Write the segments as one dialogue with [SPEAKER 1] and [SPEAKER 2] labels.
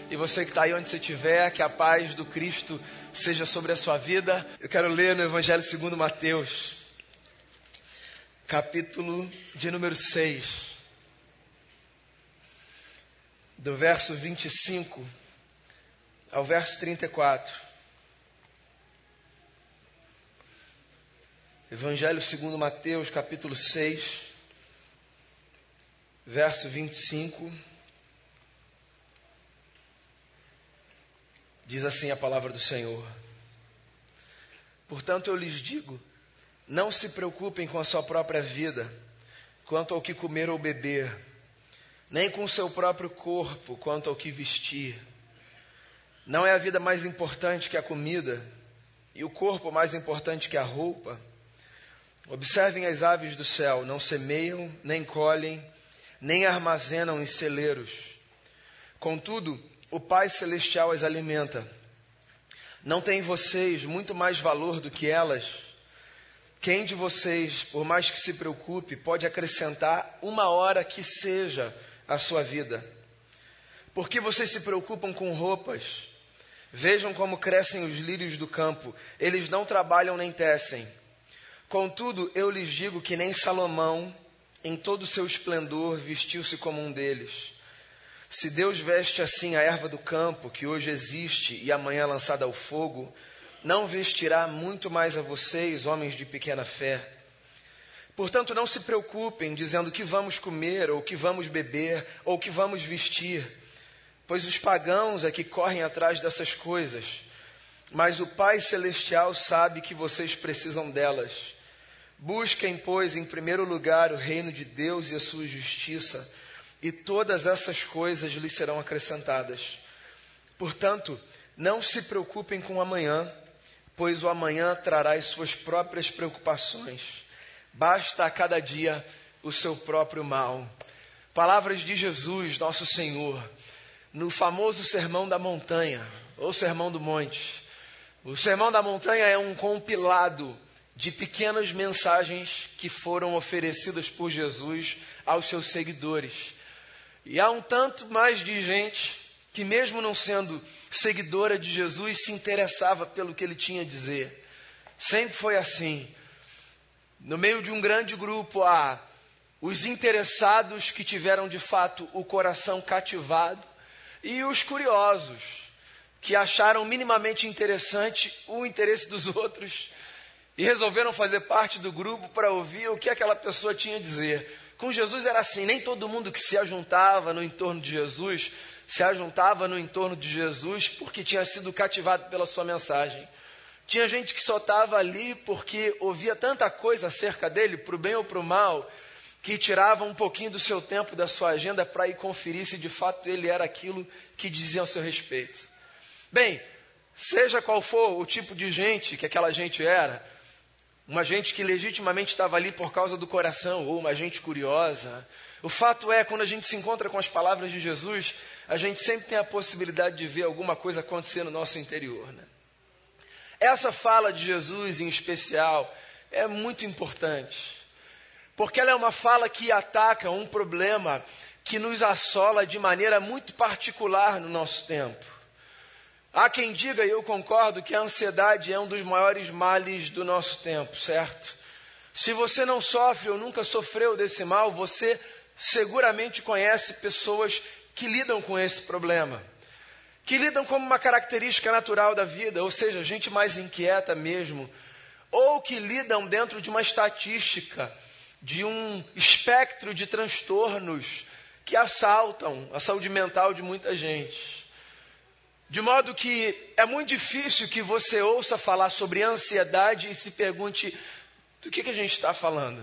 [SPEAKER 1] E você que está aí onde você estiver, que a paz do Cristo seja sobre a sua vida. Eu quero ler no Evangelho segundo Mateus, capítulo de número 6, do verso 25 ao verso 34. Evangelho segundo Mateus, capítulo 6, verso 25. Diz assim a palavra do Senhor: portanto eu lhes digo, não se preocupem com a sua própria vida, quanto ao que comer ou beber, nem com o seu próprio corpo, quanto ao que vestir. Não é a vida mais importante que a comida, e o corpo mais importante que a roupa? Observem as aves do céu, não semeiam, nem colhem, nem armazenam em celeiros. Contudo, o Pai Celestial as alimenta. Não tem vocês muito mais valor do que elas? Quem de vocês, por mais que se preocupe, pode acrescentar uma hora que seja à sua vida? Por que vocês se preocupam com roupas? Vejam como crescem os lírios do campo. Eles não trabalham nem tecem. Contudo, eu lhes digo que nem Salomão, em todo o seu esplendor, vestiu-se como um deles. Se Deus veste assim a erva do campo, que hoje existe e amanhã é lançada ao fogo, não vestirá muito mais a vocês, homens de pequena fé? Portanto, não se preocupem, dizendo que vamos comer, ou que vamos beber, ou que vamos vestir, pois os pagãos é que correm atrás dessas coisas. Mas o Pai Celestial sabe que vocês precisam delas. Busquem, pois, em primeiro lugar o reino de Deus e a sua justiça, e todas essas coisas lhes serão acrescentadas. Portanto, não se preocupem com o amanhã, pois o amanhã trará as suas próprias preocupações. Basta a cada dia o seu próprio mal. Palavras de Jesus, nosso Senhor, no famoso Sermão da Montanha, ou Sermão do Monte. O Sermão da Montanha é um compilado de pequenas mensagens que foram oferecidas por Jesus aos seus seguidores. E há um tanto mais de gente que, mesmo não sendo seguidora de Jesus, se interessava pelo que ele tinha a dizer. Sempre foi assim. No meio de um grande grupo há os interessados que tiveram de fato o coração cativado e os curiosos que acharam minimamente interessante o interesse dos outros e resolveram fazer parte do grupo para ouvir o que aquela pessoa tinha a dizer. Com Jesus era assim, nem todo mundo que se ajuntava no entorno de Jesus, se ajuntava no entorno de Jesus porque tinha sido cativado pela sua mensagem. Tinha gente que só estava ali porque ouvia tanta coisa acerca dele, para o bem ou para o mal, que tirava um pouquinho do seu tempo, da sua agenda, para ir conferir se de fato ele era aquilo que dizia ao seu respeito. Bem, seja qual for o tipo de gente que aquela gente era, uma gente que legitimamente estava ali por causa do coração, ou uma gente curiosa. O fato é, quando a gente se encontra com as palavras de Jesus, a gente sempre tem a possibilidade de ver alguma coisa acontecer no nosso interior, né? Essa fala de Jesus, em especial, é muito importante, porque ela é uma fala que ataca um problema que nos assola de maneira muito particular no nosso tempo. Há quem diga, e eu concordo, que a ansiedade é um dos maiores males do nosso tempo, certo? Se você não sofre ou nunca sofreu desse mal, você seguramente conhece pessoas que lidam com esse problema, que lidam como uma característica natural da vida, ou seja, gente mais inquieta mesmo, ou que lidam dentro de uma estatística, de um espectro de transtornos que assaltam a saúde mental de muita gente. De modo que é muito difícil que você ouça falar sobre ansiedade e se pergunte, do que a gente está falando?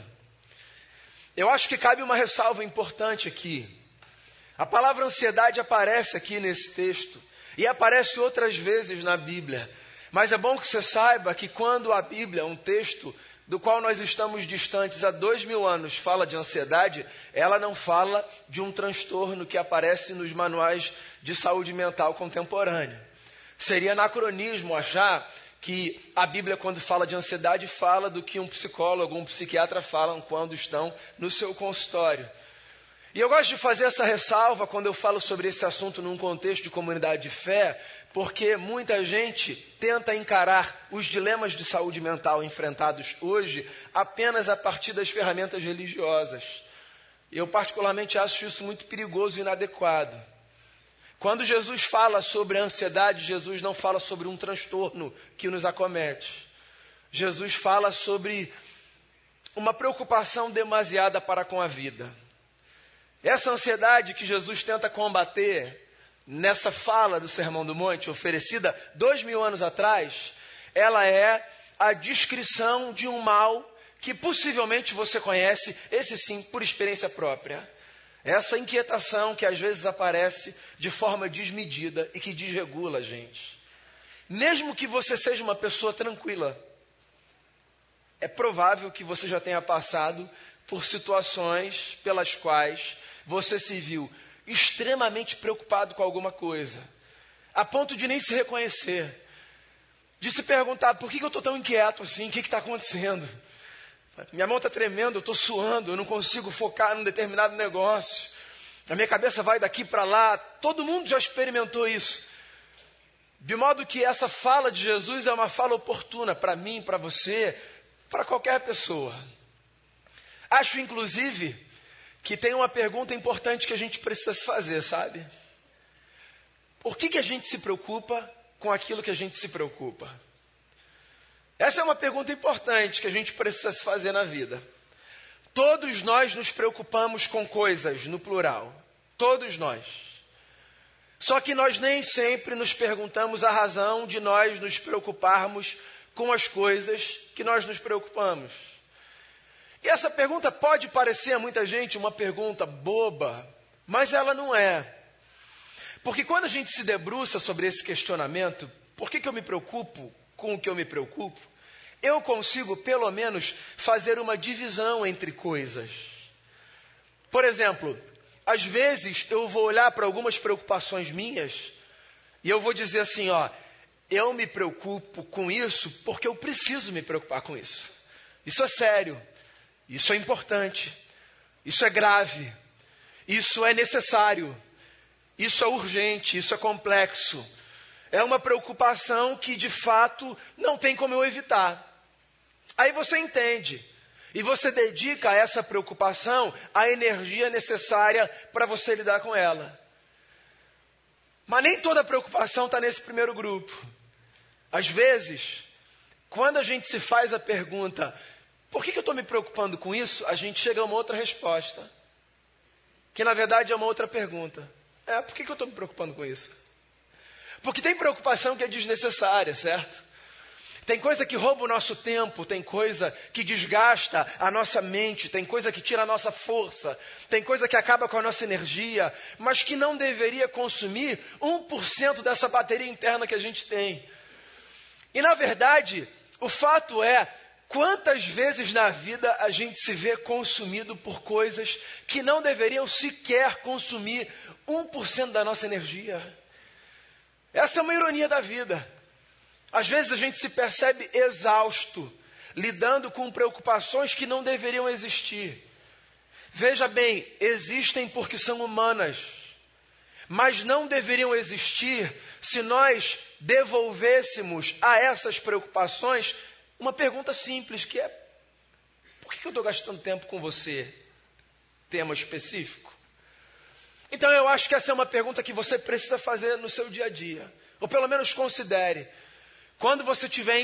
[SPEAKER 1] Eu acho que cabe uma ressalva importante aqui. A palavra ansiedade aparece aqui nesse texto e aparece outras vezes na Bíblia. Mas é bom que você saiba que quando a Bíblia, um texto do qual nós estamos distantes há 2000 anos, fala de ansiedade, ela não fala de um transtorno que aparece nos manuais de saúde mental contemporânea. Seria anacronismo achar que a Bíblia, quando fala de ansiedade, fala do que um psicólogo ou um psiquiatra falam quando estão no seu consultório. E eu gosto de fazer essa ressalva quando eu falo sobre esse assunto num contexto de comunidade de fé, porque muita gente tenta encarar os dilemas de saúde mental enfrentados hoje apenas a partir das ferramentas religiosas. Eu particularmente acho isso muito perigoso e inadequado. Quando Jesus fala sobre a ansiedade, Jesus não fala sobre um transtorno que nos acomete. Jesus fala sobre uma preocupação demasiada para com a vida. Essa ansiedade que Jesus tenta combater nessa fala do Sermão do Monte, oferecida 2000 anos atrás, ela é a descrição de um mal que possivelmente você conhece, esse sim, por experiência própria. Essa inquietação que às vezes aparece de forma desmedida e que desregula a gente. Mesmo que você seja uma pessoa tranquila, é provável que você já tenha passado por situações pelas quais você se viu extremamente preocupado com alguma coisa, a ponto de nem se reconhecer, de se perguntar, por que eu estou tão inquieto assim? O que está acontecendo? Minha mão está tremendo, eu estou suando, eu não consigo focar num determinado negócio, a minha cabeça vai daqui para lá. Todo mundo já experimentou isso, de modo que essa fala de Jesus é uma fala oportuna para mim, para você, para qualquer pessoa. Acho, inclusive, que tem uma pergunta importante que a gente precisa se fazer, sabe? Por que a gente se preocupa com aquilo que a gente se preocupa? Essa é uma pergunta importante que a gente precisa se fazer na vida. Todos nós nos preocupamos com coisas, no plural. Todos nós. Só que nós nem sempre nos perguntamos a razão de nós nos preocuparmos com as coisas que nós nos preocupamos. E essa pergunta pode parecer a muita gente uma pergunta boba, mas ela não é. Porque quando a gente se debruça sobre esse questionamento, por que eu me preocupo com o que eu me preocupo, eu consigo pelo menos fazer uma divisão entre coisas. Por exemplo, às vezes eu vou olhar para algumas preocupações minhas e eu vou dizer assim, eu me preocupo com isso porque eu preciso me preocupar com isso. Isso é sério. Isso é importante, isso é grave, isso é necessário, isso é urgente, isso é complexo. É uma preocupação que de fato não tem como eu evitar. Aí você entende e você dedica a essa preocupação a energia necessária para você lidar com ela. Mas nem toda preocupação está nesse primeiro grupo. Às vezes, quando a gente se faz a pergunta, por que eu estou me preocupando com isso? A gente chega a uma outra resposta, que na verdade é uma outra pergunta. Por que eu estou me preocupando com isso? Porque tem preocupação que é desnecessária, certo? Tem coisa que rouba o nosso tempo, tem coisa que desgasta a nossa mente, tem coisa que tira a nossa força, tem coisa que acaba com a nossa energia, mas que não deveria consumir 1% dessa bateria interna que a gente tem. E na verdade, o fato é, quantas vezes na vida a gente se vê consumido por coisas que não deveriam sequer consumir 1% da nossa energia? Essa é uma ironia da vida. Às vezes a gente se percebe exausto, lidando com preocupações que não deveriam existir. Veja bem, existem porque são humanas, mas não deveriam existir se nós devolvêssemos a essas preocupações uma pergunta simples, que é: por que eu estou gastando tempo com você? Tema específico. Então eu acho que essa é uma pergunta que você precisa fazer no seu dia a dia. Ou pelo menos considere. Quando você estiver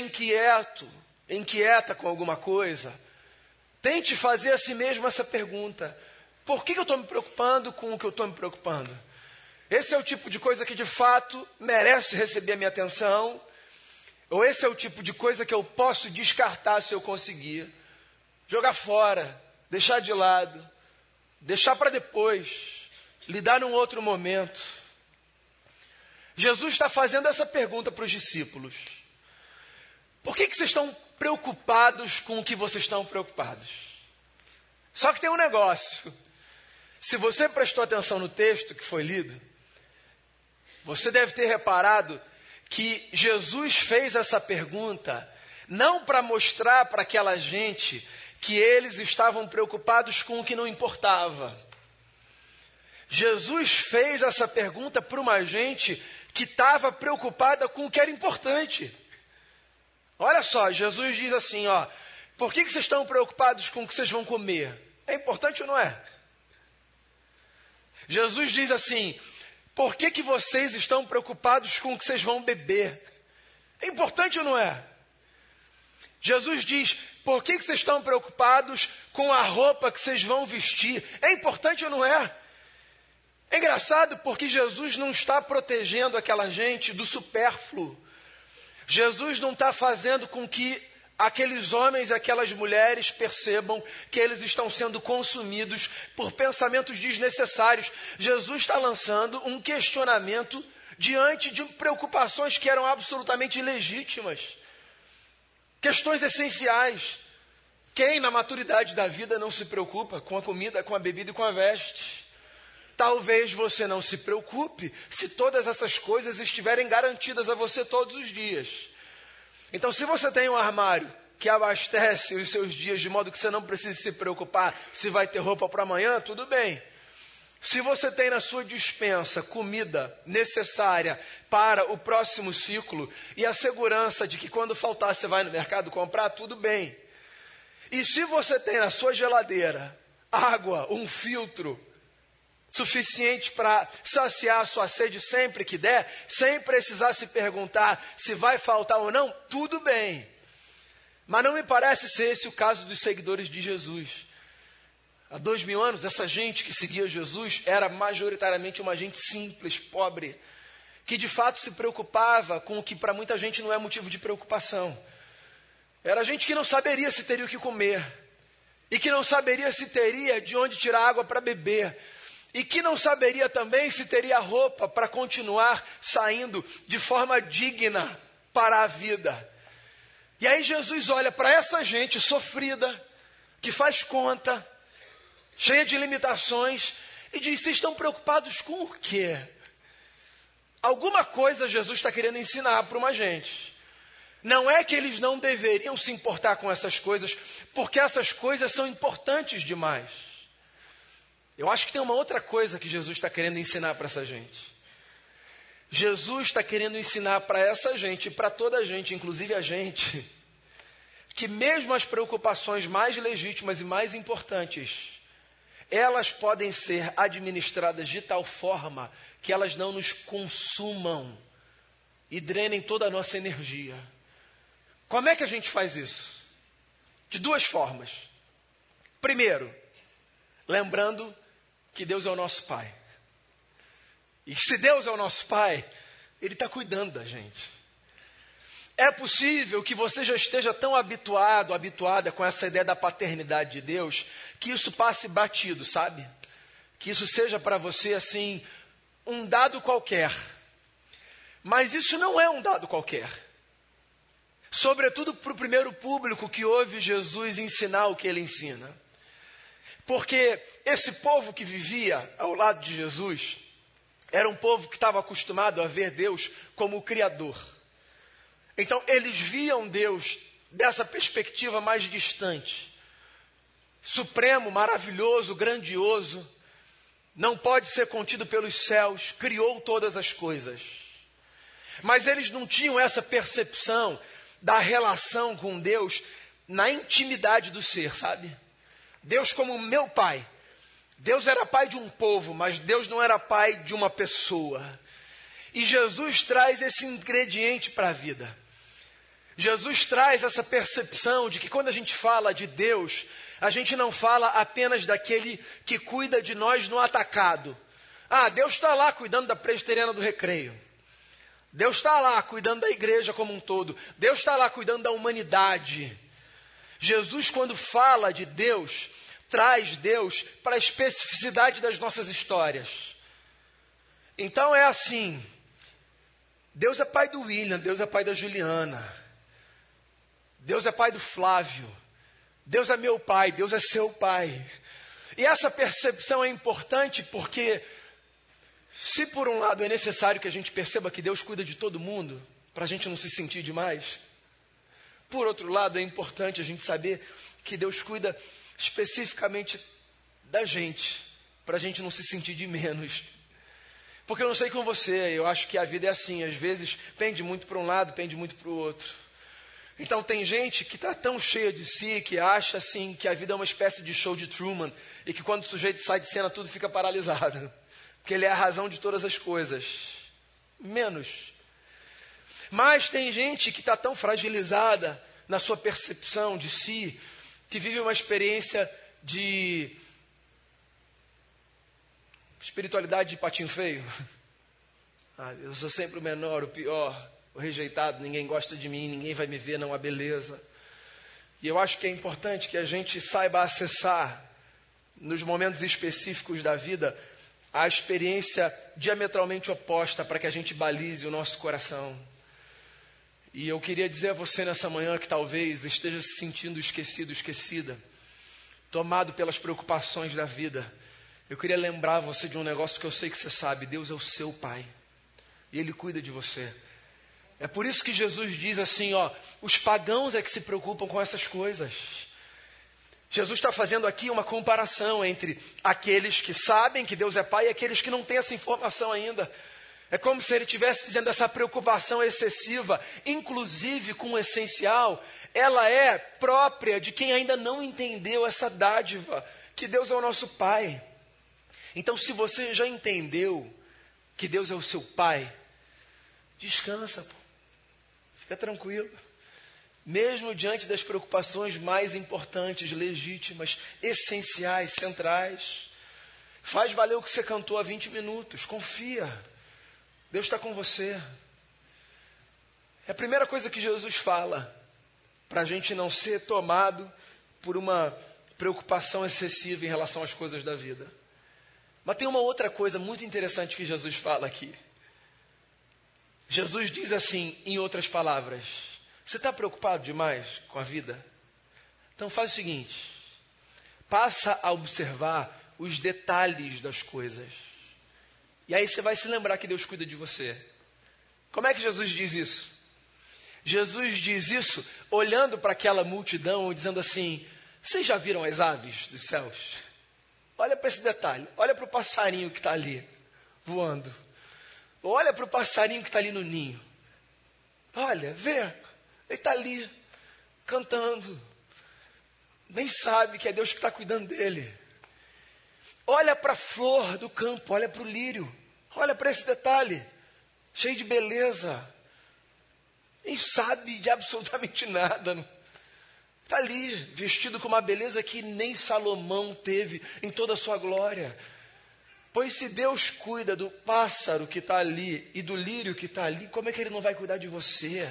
[SPEAKER 1] inquieta com alguma coisa, tente fazer a si mesmo essa pergunta: por que eu estou me preocupando com o que eu estou me preocupando? Esse é o tipo de coisa que de fato merece receber a minha atenção? Ou esse é o tipo de coisa que eu posso descartar se eu conseguir? Jogar fora, deixar de lado, deixar para depois, lidar num outro momento. Jesus está fazendo essa pergunta para os discípulos. Por que vocês estão preocupados com o que vocês estão preocupados? Só que tem um negócio. Se você prestou atenção no texto que foi lido, você deve ter reparado que Jesus fez essa pergunta não para mostrar para aquela gente que eles estavam preocupados com o que não importava. Jesus fez essa pergunta para uma gente que estava preocupada com o que era importante. Olha só, Jesus diz assim, ó, por que vocês estão preocupados com o que vocês vão comer? É importante ou não é? Jesus diz assim, por que vocês estão preocupados com o que vocês vão beber? É importante ou não é? Jesus diz, por que vocês estão preocupados com a roupa que vocês vão vestir? É importante ou não é? É engraçado porque Jesus não está protegendo aquela gente do supérfluo. Jesus não está fazendo com que aqueles homens e aquelas mulheres percebam que eles estão sendo consumidos por pensamentos desnecessários. Jesus está lançando um questionamento diante de preocupações que eram absolutamente legítimas. Questões essenciais. Quem na maturidade da vida não se preocupa com a comida, com a bebida e com a veste? Talvez você não se preocupe se todas essas coisas estiverem garantidas a você todos os dias. Então, se você tem um armário que abastece os seus dias de modo que você não precise se preocupar se vai ter roupa para amanhã, tudo bem. Se você tem na sua despensa comida necessária para o próximo ciclo e a segurança de que quando faltar você vai no mercado comprar, tudo bem. E se você tem na sua geladeira água, um filtro suficiente para saciar a sua sede sempre que der, sem precisar se perguntar se vai faltar ou não, tudo bem. Mas não me parece ser esse o caso dos seguidores de Jesus. Há 2000 anos, essa gente que seguia Jesus era majoritariamente uma gente simples, pobre, que de fato se preocupava com o que para muita gente não é motivo de preocupação. Era gente que não saberia se teria o que comer, e que não saberia se teria de onde tirar água para beber, e que não saberia também se teria roupa para continuar saindo de forma digna para a vida. E aí Jesus olha para essa gente sofrida, que faz conta, cheia de limitações, e diz, vocês estão preocupados com o quê? Alguma coisa Jesus está querendo ensinar para uma gente. Não é que eles não deveriam se importar com essas coisas, porque essas coisas são importantes demais. Eu acho que tem uma outra coisa que Jesus está querendo ensinar para essa gente. Jesus está querendo ensinar para essa gente, e para toda a gente, inclusive a gente, que mesmo as preocupações mais legítimas e mais importantes, elas podem ser administradas de tal forma que elas não nos consumam e drenem toda a nossa energia. Como é que a gente faz isso? De duas formas. Primeiro, lembrando que Deus é o nosso Pai. E se Deus é o nosso Pai, Ele está cuidando da gente. É possível que você já esteja tão habituada com essa ideia da paternidade de Deus, que isso passe batido, sabe? Que isso seja para você assim, um dado qualquer. Mas isso não é um dado qualquer. Sobretudo para o primeiro público que ouve Jesus ensinar o que Ele ensina. Porque esse povo que vivia ao lado de Jesus, era um povo que estava acostumado a ver Deus como o Criador. Então, eles viam Deus dessa perspectiva mais distante. Supremo, maravilhoso, grandioso, não pode ser contido pelos céus, criou todas as coisas. Mas eles não tinham essa percepção da relação com Deus na intimidade do ser, sabe? Deus como meu pai. Deus era pai de um povo, mas Deus não era pai de uma pessoa. E Jesus traz esse ingrediente para a vida. Jesus traz essa percepção de que quando a gente fala de Deus, a gente não fala apenas daquele que cuida de nós no atacado. Ah, Deus está lá cuidando da presbiteriana do Recreio. Deus está lá cuidando da igreja como um todo. Deus está lá cuidando da humanidade. Jesus, quando fala de Deus, traz Deus para a especificidade das nossas histórias. Então é assim, Deus é pai do William, Deus é pai da Juliana, Deus é pai do Flávio, Deus é meu pai, Deus é seu pai. E essa percepção é importante porque, se por um lado é necessário que a gente perceba que Deus cuida de todo mundo, para a gente não se sentir demais, por outro lado é importante a gente saber que Deus cuida especificamente da gente, para a gente não se sentir de menos. Porque eu não sei com você, eu acho que a vida é assim, às vezes pende muito para um lado, pende muito para o outro. Então tem gente que está tão cheia de si, que acha assim que a vida é uma espécie de show de Truman, e que quando o sujeito sai de cena tudo fica paralisado, porque ele é a razão de todas as coisas, menos. Mas tem gente que está tão fragilizada na sua percepção de si, que vive uma experiência de espiritualidade de patinho feio. Eu sou sempre o menor, o pior, o rejeitado, ninguém gosta de mim, ninguém vai me ver, não há beleza. E eu acho que é importante que a gente saiba acessar, nos momentos específicos da vida, a experiência diametralmente oposta para que a gente balize o nosso coração. E eu queria dizer a você nessa manhã que talvez esteja se sentindo esquecido, esquecida, tomado pelas preocupações da vida. Eu queria lembrar você de um negócio que eu sei que você sabe: Deus é o seu Pai, e Ele cuida de você. É por isso que Jesus diz assim, os pagãos é que se preocupam com essas coisas. Jesus está fazendo aqui uma comparação entre aqueles que sabem que Deus é Pai e aqueles que não têm essa informação ainda. É como se ele estivesse dizendo: essa preocupação excessiva, inclusive com o essencial, ela é própria de quem ainda não entendeu essa dádiva, que Deus é o nosso Pai. Então, se você já entendeu que Deus é o seu Pai, descansa, fica tranquilo. Mesmo diante das preocupações mais importantes, legítimas, essenciais, centrais, faz valer o que você cantou há 20 minutos, confia. Deus está com você. É a primeira coisa que Jesus fala, para a gente não ser tomado por uma preocupação excessiva em relação às coisas da vida. Mas tem uma outra coisa muito interessante que Jesus fala aqui. Jesus diz assim, em outras palavras: você está preocupado demais com a vida? Então faz o seguinte, passa a observar os detalhes das coisas. E aí você vai se lembrar que Deus cuida de você. Como é que Jesus diz isso? Jesus diz isso olhando para aquela multidão e dizendo assim: vocês já viram as aves dos céus? Olha para esse detalhe, olha para o passarinho que está ali, voando. Olha para o passarinho que está ali no ninho. Olha, vê, ele está ali, cantando. Nem sabe que é Deus que está cuidando dele. Olha para a flor do campo, olha para o lírio. Olha para esse detalhe, cheio de beleza. Nem sabe de absolutamente nada. Está ali, vestido com uma beleza que nem Salomão teve em toda a sua glória. Pois se Deus cuida do pássaro que está ali e do lírio que está ali, como é que Ele não vai cuidar de você?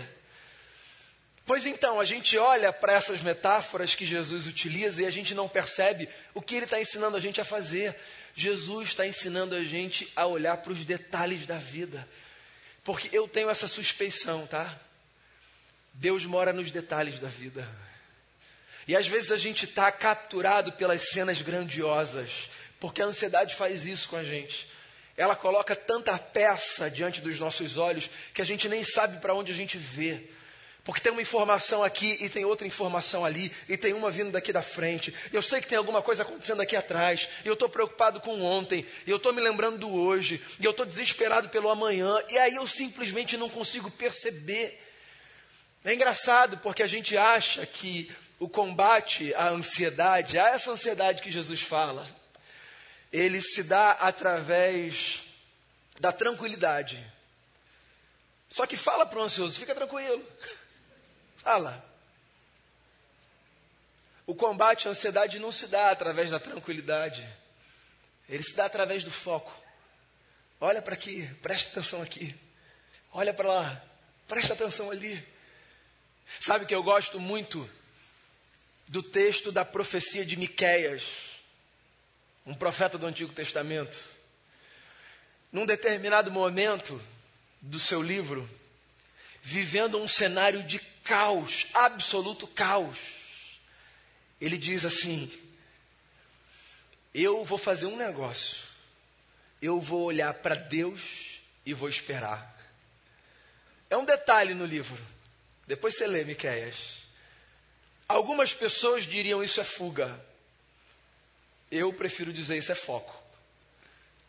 [SPEAKER 1] Pois então, a gente olha para essas metáforas que Jesus utiliza e a gente não percebe o que Ele está ensinando a gente a fazer. Jesus está ensinando a gente a olhar para os detalhes da vida. Porque eu tenho essa suspeição, tá? Deus mora nos detalhes da vida. E às vezes a gente está capturado pelas cenas grandiosas, porque a ansiedade faz isso com a gente. Ela coloca tanta peça diante dos nossos olhos que a gente nem sabe para onde a gente vê. Porque tem uma informação aqui e tem outra informação ali, e tem uma vindo daqui da frente. Eu sei que tem alguma coisa acontecendo aqui atrás, e eu estou preocupado com ontem, e eu estou me lembrando do hoje, e eu estou desesperado pelo amanhã, e aí eu simplesmente não consigo perceber. É engraçado porque a gente acha que o combate à ansiedade, a essa ansiedade que Jesus fala, ele se dá através da tranquilidade. Só que fala para o ansioso: fica tranquilo. Fala. O combate à ansiedade não se dá através da tranquilidade. Ele se dá através do foco. Olha para aqui, presta atenção aqui. Olha para lá, presta atenção ali. Sabe que eu gosto muito do texto da profecia de Miqueias, um profeta do Antigo Testamento. Num determinado momento do seu livro, vivendo um cenário de caos, absoluto caos, ele diz assim: eu vou fazer um negócio, eu vou olhar para Deus e vou esperar. É um detalhe no livro, depois você lê Miqueias. Algumas pessoas diriam isso é fuga, eu prefiro dizer isso é foco.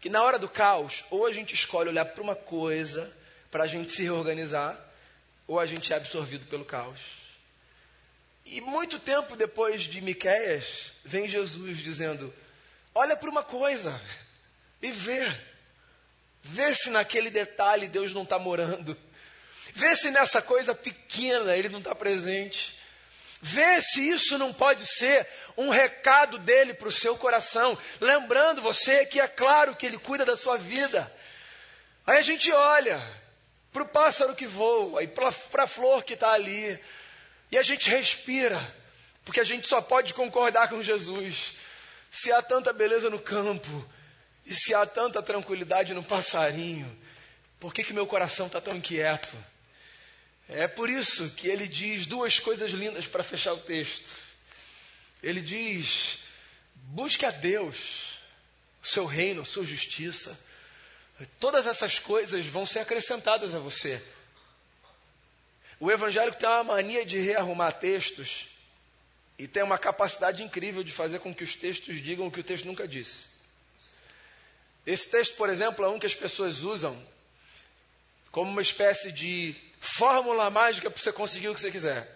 [SPEAKER 1] que na hora do caos, ou a gente escolhe olhar para uma coisa, para a gente se reorganizar, ou a gente é absorvido pelo caos. E muito tempo depois de Miqueias, vem Jesus dizendo, olha para uma coisa e vê. Vê se naquele detalhe Deus não está morando. Vê se nessa coisa pequena Ele não está presente. Vê se isso não pode ser um recado dele para o seu coração. Lembrando você que é claro que Ele cuida da sua vida. Aí a gente olha para o pássaro que voa e para a flor que está ali. E a gente respira. Porque a gente só pode concordar com Jesus. Se há tanta beleza no campo, e se há tanta tranquilidade no passarinho, por que meu coração está tão inquieto? É por isso que ele diz duas coisas lindas para fechar o texto. Ele diz, busque a Deus, o seu reino, a sua justiça. Todas essas coisas vão ser acrescentadas a você. O evangélico tem uma mania de rearrumar textos e tem uma capacidade incrível de fazer com que os textos digam o que o texto nunca disse. Esse texto, por exemplo, é um que as pessoas usam como uma espécie de fórmula mágica para você conseguir o que você quiser.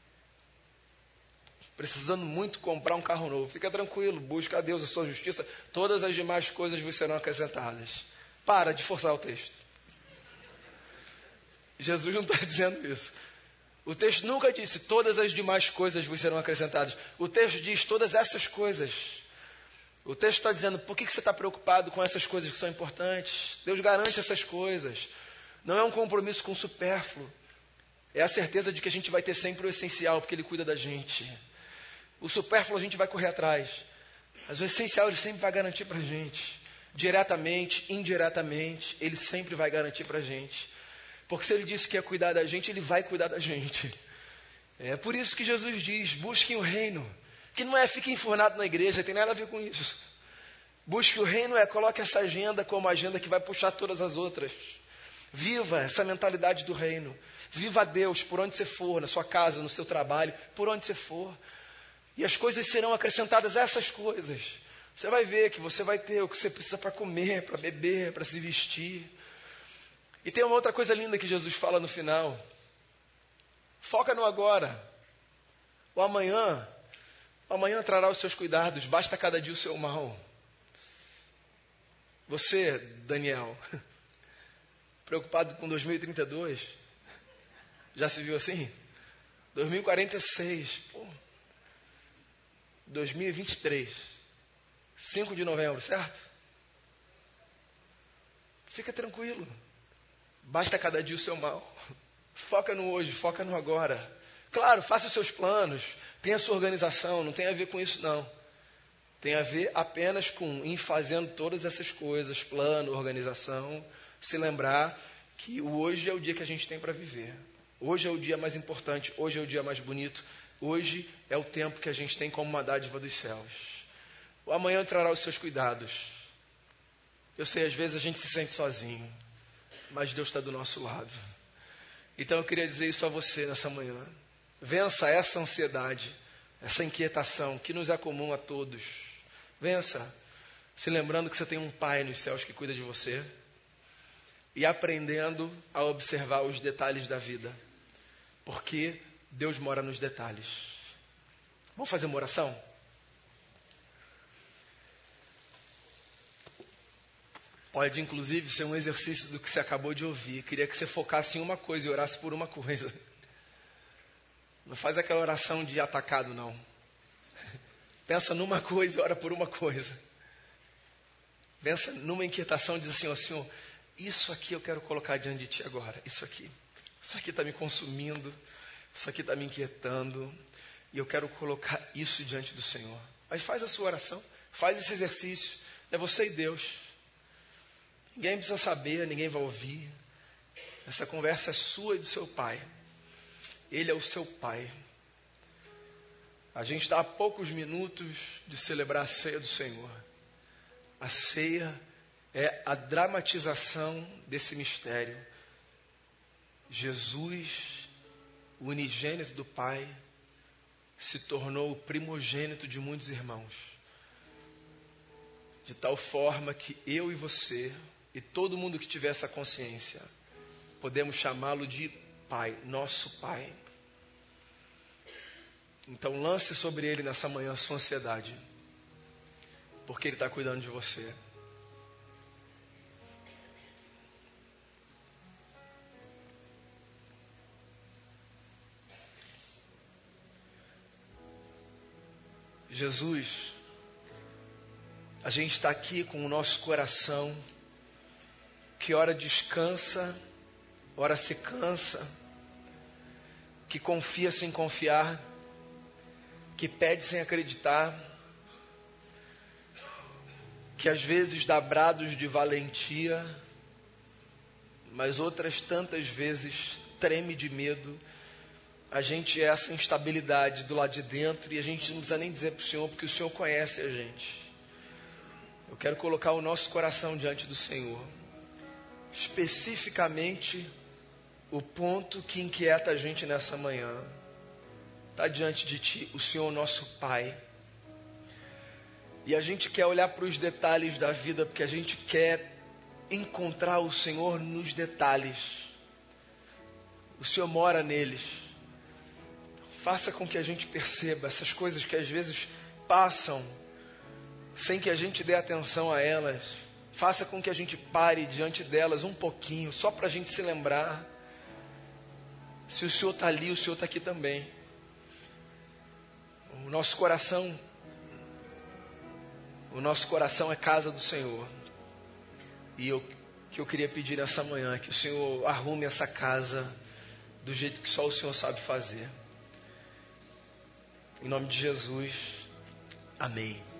[SPEAKER 1] Precisando muito comprar um carro novo. Fica tranquilo, busca a Deus, a sua justiça. Todas as demais coisas vos serão acrescentadas. Para de forçar o texto. Jesus não está dizendo isso. O texto nunca disse, todas as demais coisas vos serão acrescentadas. O texto diz, todas essas coisas. O texto está dizendo, por que você está preocupado com essas coisas que são importantes? Deus garante essas coisas. Não é um compromisso com o supérfluo. É a certeza de que a gente vai ter sempre o essencial, porque Ele cuida da gente. O supérfluo a gente vai correr atrás. Mas o essencial Ele sempre vai garantir para a gente. Diretamente, indiretamente, Ele sempre vai garantir para a gente. Porque se Ele disse que ia cuidar da gente, Ele vai cuidar da gente. É por isso que Jesus diz, busquem o reino. Que não é fique enfurnado na igreja, tem nada a ver com isso. Busque o reino coloque essa agenda como agenda que vai puxar todas as outras. Viva essa mentalidade do reino. Viva a Deus por onde você for, na sua casa, no seu trabalho, por onde você for. E as coisas serão acrescentadas a essas coisas. Você vai ver que você vai ter o que você precisa para comer, para beber, para se vestir. E tem uma outra coisa linda que Jesus fala no final. Foca no agora. O amanhã trará os seus cuidados, basta cada dia o seu mal. Você, Daniel, preocupado com 2032, já se viu assim? 2046, 2023, 5 de novembro, certo? Fica tranquilo, basta cada dia o seu mal. Foca no hoje, foca no agora. Claro, faça os seus planos, tenha a sua organização, não tem a ver com isso não. Tem a ver apenas com ir fazendo todas essas coisas, plano, organização, se lembrar que o hoje é o dia que a gente tem para viver. Hoje é o dia mais importante, hoje é o dia mais bonito, hoje é o tempo que a gente tem como uma dádiva dos céus. O amanhã trará os seus cuidados. Eu sei, às vezes a gente se sente sozinho, mas Deus está do nosso lado. Então eu queria dizer isso a você nessa manhã. Vença essa ansiedade, essa inquietação que nos é comum a todos. Vença, se lembrando que você tem um Pai nos céus que cuida de você e aprendendo a observar os detalhes da vida, porque Deus mora nos detalhes. Vamos fazer uma oração? Pode, inclusive, ser um exercício do que você acabou de ouvir. Queria que você focasse em uma coisa e orasse por uma coisa. Não faz aquela oração de atacado, não. Pensa numa coisa e ora por uma coisa. Pensa numa inquietação e diz assim, ó Senhor, isso aqui eu quero colocar diante de Ti agora. Isso aqui está me consumindo. Isso aqui está me inquietando. E eu quero colocar isso diante do Senhor. Mas faz a sua oração. Faz esse exercício. É você e Deus. Ninguém precisa saber, ninguém vai ouvir. Essa conversa é sua e do seu Pai. Ele é o seu Pai. A gente está a poucos minutos de celebrar a ceia do Senhor. A ceia é a dramatização desse mistério. Jesus, o unigênito do Pai, se tornou o primogênito de muitos irmãos. de tal forma que eu e você e todo mundo que tiver essa consciência, podemos chamá-lo de Pai, nosso Pai. Então lance sobre Ele nessa manhã a sua ansiedade, porque Ele está cuidando de você. Jesus, a gente está aqui com o nosso coração, que ora descansa, ora se cansa, que confia sem confiar, que pede sem acreditar, que às vezes dá brados de valentia, mas outras tantas vezes treme de medo. A gente é essa instabilidade do lado de dentro e a gente não precisa nem dizer para o Senhor, porque o Senhor conhece a gente. Eu quero colocar o nosso coração diante do Senhor, especificamente o ponto que inquieta a gente nessa manhã. Está diante de Ti, o Senhor nosso Pai. E a gente quer olhar para os detalhes da vida, porque a gente quer encontrar o Senhor nos detalhes. O Senhor mora neles. Faça com que a gente perceba essas coisas que às vezes passam sem que a gente dê atenção a elas. Faça com que a gente pare diante delas um pouquinho, só para a gente se lembrar. Se o Senhor está ali, o Senhor está aqui também. O nosso coração é casa do Senhor. E o que eu queria pedir nessa manhã é que o Senhor arrume essa casa do jeito que só o Senhor sabe fazer. Em nome de Jesus, amém.